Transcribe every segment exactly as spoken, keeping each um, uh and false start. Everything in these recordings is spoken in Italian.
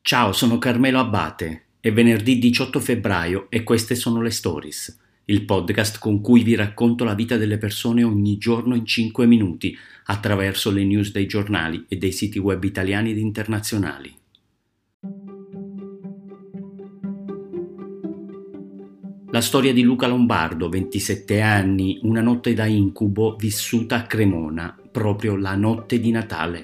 Ciao, sono Carmelo Abate. È venerdì diciotto febbraio e queste sono le Stories, il podcast con cui vi racconto la vita delle persone ogni giorno in cinque minuti attraverso le news dei giornali e dei siti web italiani ed internazionali. La storia di Luca Lombardo, ventisette anni, una notte da incubo vissuta a Cremona, proprio la notte di Natale.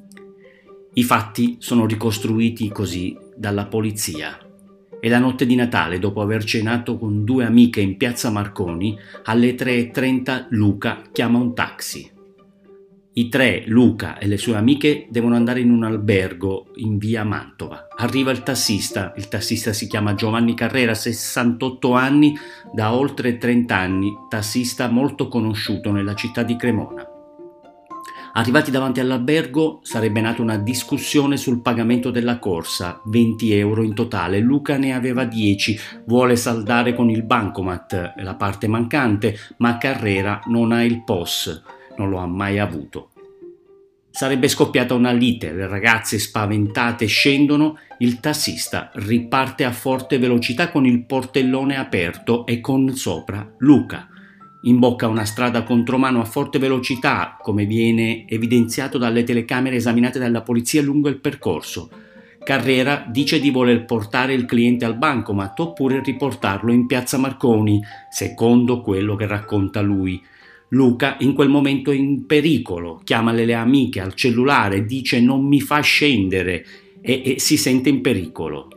I fatti sono ricostruiti così dalla polizia. E la notte di Natale, dopo aver cenato con due amiche in piazza Marconi, alle tre e trenta Luca chiama un taxi. I tre, Luca e le sue amiche, devono andare in un albergo in via Mantova. Arriva il tassista, il tassista si chiama Giovanni Carrera, sessantotto anni, da oltre trenta anni, tassista molto conosciuto nella città di Cremona. Arrivati davanti all'albergo sarebbe nata una discussione sul pagamento della corsa, venti euro in totale. Luca ne aveva dieci, vuole saldare con il bancomat la parte mancante, ma Carrera non ha il P O S, non lo ha mai avuto. Sarebbe scoppiata una lite, le ragazze spaventate scendono, il tassista riparte a forte velocità con il portellone aperto e con sopra Luca. Imbocca una strada contromano a forte velocità, come viene evidenziato dalle telecamere esaminate dalla polizia lungo il percorso. Carrera dice di voler portare il cliente al bancomat oppure riportarlo in piazza Marconi, secondo quello che racconta lui. Luca in quel momento è in pericolo, chiama le amiche al cellulare, dice non mi fa scendere e, e si sente in pericolo.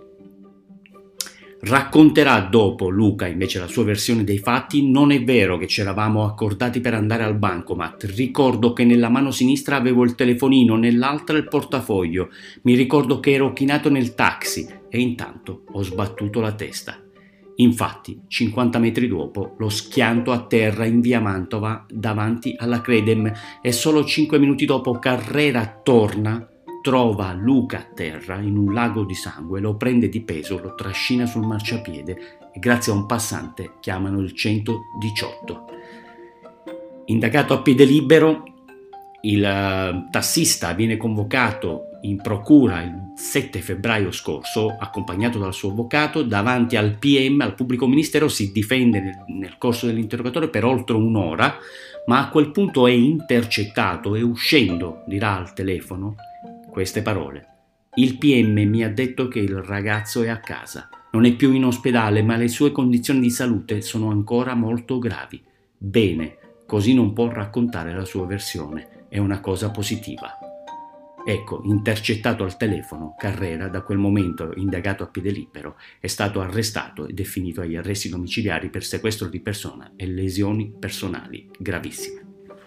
Racconterà dopo Luca invece la sua versione dei fatti: non è vero che ci eravamo accordati per andare al bancomat, ricordo che nella mano sinistra avevo il telefonino, nell'altra il portafoglio, mi ricordo che ero chinato nel taxi e intanto ho sbattuto la testa. Infatti, cinquanta metri dopo, lo schianto a terra in via Mantova davanti alla Credem e solo cinque minuti dopo Carrera torna, trova Luca a terra in un lago di sangue, lo prende di peso, lo trascina sul marciapiede e grazie a un passante chiamano il centodiciotto. Indagato a piede libero, il uh, tassista viene convocato in procura il sette febbraio scorso, accompagnato dal suo avvocato. Davanti al P M, al pubblico ministero, si difende nel, nel corso dell'interrogatorio per oltre un'ora, ma a quel punto è intercettato e uscendo dirà al telefono queste parole: il P M mi ha detto che il ragazzo è a casa, non è più in ospedale, ma le sue condizioni di salute sono ancora molto gravi. Bene, così non può raccontare la sua versione, è una cosa positiva. Ecco, intercettato al telefono, Carrera, da quel momento indagato a piede libero, è stato arrestato ed è finito agli arresti domiciliari per sequestro di persona e lesioni personali gravissime.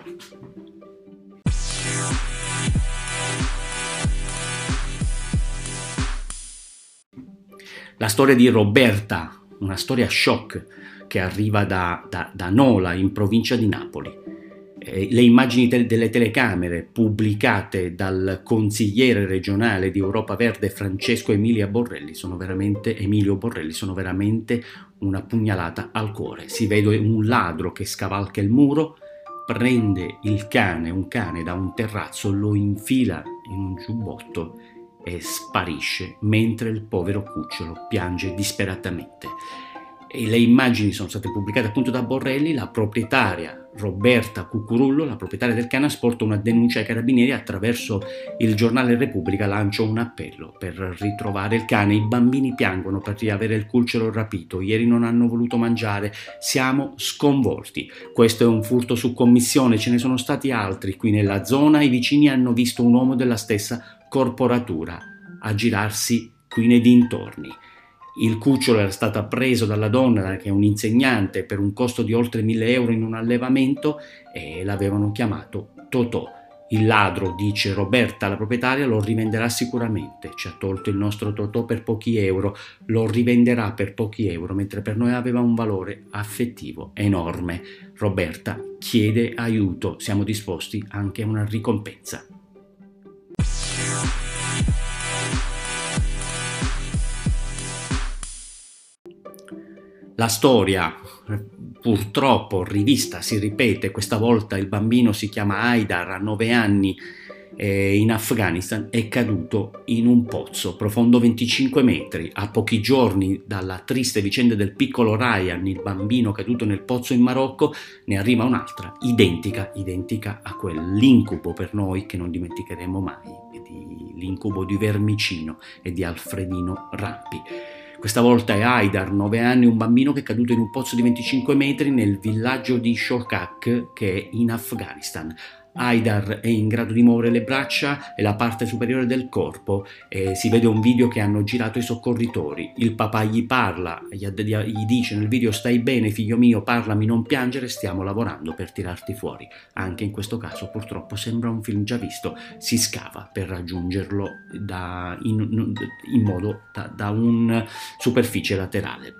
La storia di Roberta, una storia shock che arriva da, da, da Nola, in provincia di Napoli. Eh, le immagini te- delle telecamere pubblicate dal consigliere regionale di Europa Verde Francesco Emilia Borrelli sono veramente, Emilio Borrelli sono veramente una pugnalata al cuore. Si vede un ladro che scavalca il muro, prende il cane, un cane da un terrazzo, lo infila in un giubbotto e sparisce mentre il povero cucciolo piange disperatamente. E le immagini sono state pubblicate appunto da Borrelli. La proprietaria Roberta Cucurullo, la proprietaria del cane, sporta una denuncia ai carabinieri. Attraverso il giornale Repubblica lancia un appello per ritrovare il cane. I bambini piangono per riavere il cucciolo rapito, ieri non hanno voluto mangiare, siamo sconvolti. Questo è un furto su commissione, ce ne sono stati altri qui nella zona, i vicini hanno visto un uomo della stessa corporatura a girarsi qui nei dintorni. Il cucciolo era stato preso dalla donna, che è un insegnante, per un costo di oltre mille euro in un allevamento e l'avevano chiamato Totò. Il ladro, dice Roberta, la proprietaria, lo rivenderà sicuramente. Ci ha tolto il nostro Totò per pochi euro, lo rivenderà per pochi euro, mentre per noi aveva un valore affettivo enorme. Roberta chiede aiuto, siamo disposti anche a una ricompensa. La storia, purtroppo rivista, si ripete. Questa volta il bambino si chiama Haidar, ha nove anni eh, in Afghanistan è caduto in un pozzo profondo venticinque metri. A pochi giorni dalla triste vicenda del piccolo Ryan, il bambino caduto nel pozzo in Marocco, ne arriva un'altra, identica, identica a quell'incubo per noi che non dimenticheremo mai, di, l'incubo di Vermicino e di Alfredino Rampi. Questa volta è Haidar, nove anni, un bambino che è caduto in un pozzo di venticinque metri nel villaggio di Shokak, che è in Afghanistan. Haidar è in grado di muovere le braccia e la parte superiore del corpo, e si vede un video che hanno girato i soccorritori. Il papà gli parla, gli, gli dice nel video: stai bene figlio mio, parlami, non piangere, stiamo lavorando per tirarti fuori. Anche in questo caso purtroppo sembra un film già visto, si scava per raggiungerlo da, in, in modo da, da una superficie laterale.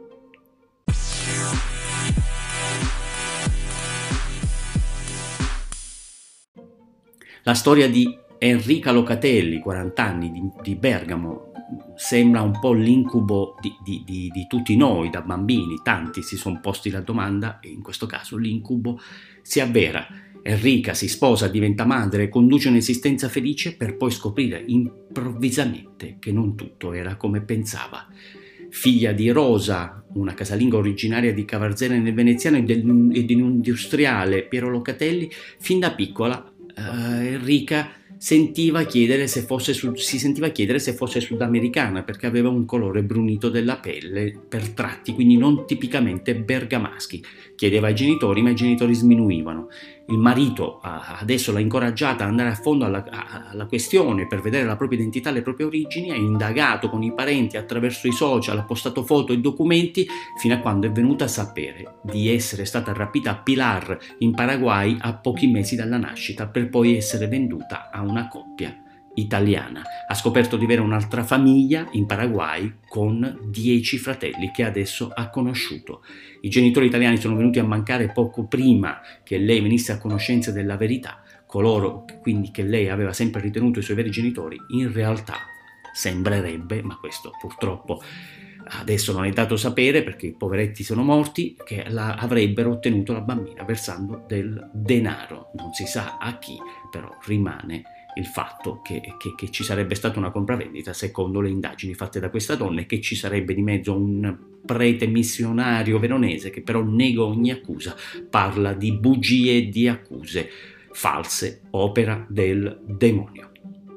La storia di Enrica Locatelli, quaranta anni, di, di Bergamo, sembra un po' l'incubo di, di, di, di tutti noi da bambini. Tanti si sono posti la domanda e in questo caso l'incubo si avvera. Enrica si sposa, diventa madre, conduce un'esistenza felice per poi scoprire improvvisamente che non tutto era come pensava. Figlia di Rosa, una casalinga originaria di Cavarzene nel Veneziano, e di un industriale, Piero Locatelli, fin da piccola Uh, Enrica sentiva chiedere se fosse su, si sentiva chiedere se fosse sudamericana, perché aveva un colore brunito della pelle per tratti, quindi non tipicamente bergamaschi. Chiedeva ai genitori, ma i genitori sminuivano. Il marito uh, adesso l'ha incoraggiata ad andare a fondo alla, alla questione per vedere la propria identità, le proprie origini, ha indagato con i parenti attraverso i social, ha postato foto e documenti, fino a quando è venuta a sapere di essere stata rapita a Pilar, in Paraguay, a pochi mesi dalla nascita, per poi essere venduta a una coppia italiana. Ha scoperto di avere un'altra famiglia in Paraguay con dieci fratelli che adesso ha conosciuto. I genitori italiani sono venuti a mancare poco prima che lei venisse a conoscenza della verità. Coloro quindi che lei aveva sempre ritenuto i suoi veri genitori, in realtà sembrerebbe, ma questo purtroppo adesso non è dato sapere perché i poveretti sono morti, che la, avrebbero ottenuto la bambina versando del denaro. Non si sa a chi, però rimane il fatto che, che, che ci sarebbe stata una compravendita secondo le indagini fatte da questa donna, e che ci sarebbe di mezzo un prete missionario veronese che però nega ogni accusa, parla di bugie e di accuse false, opera del demonio.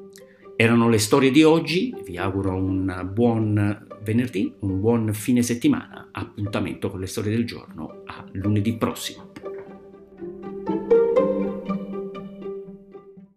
Erano le storie di oggi, vi auguro un buon venerdì, un buon fine settimana, appuntamento con le storie del giorno a lunedì prossimo.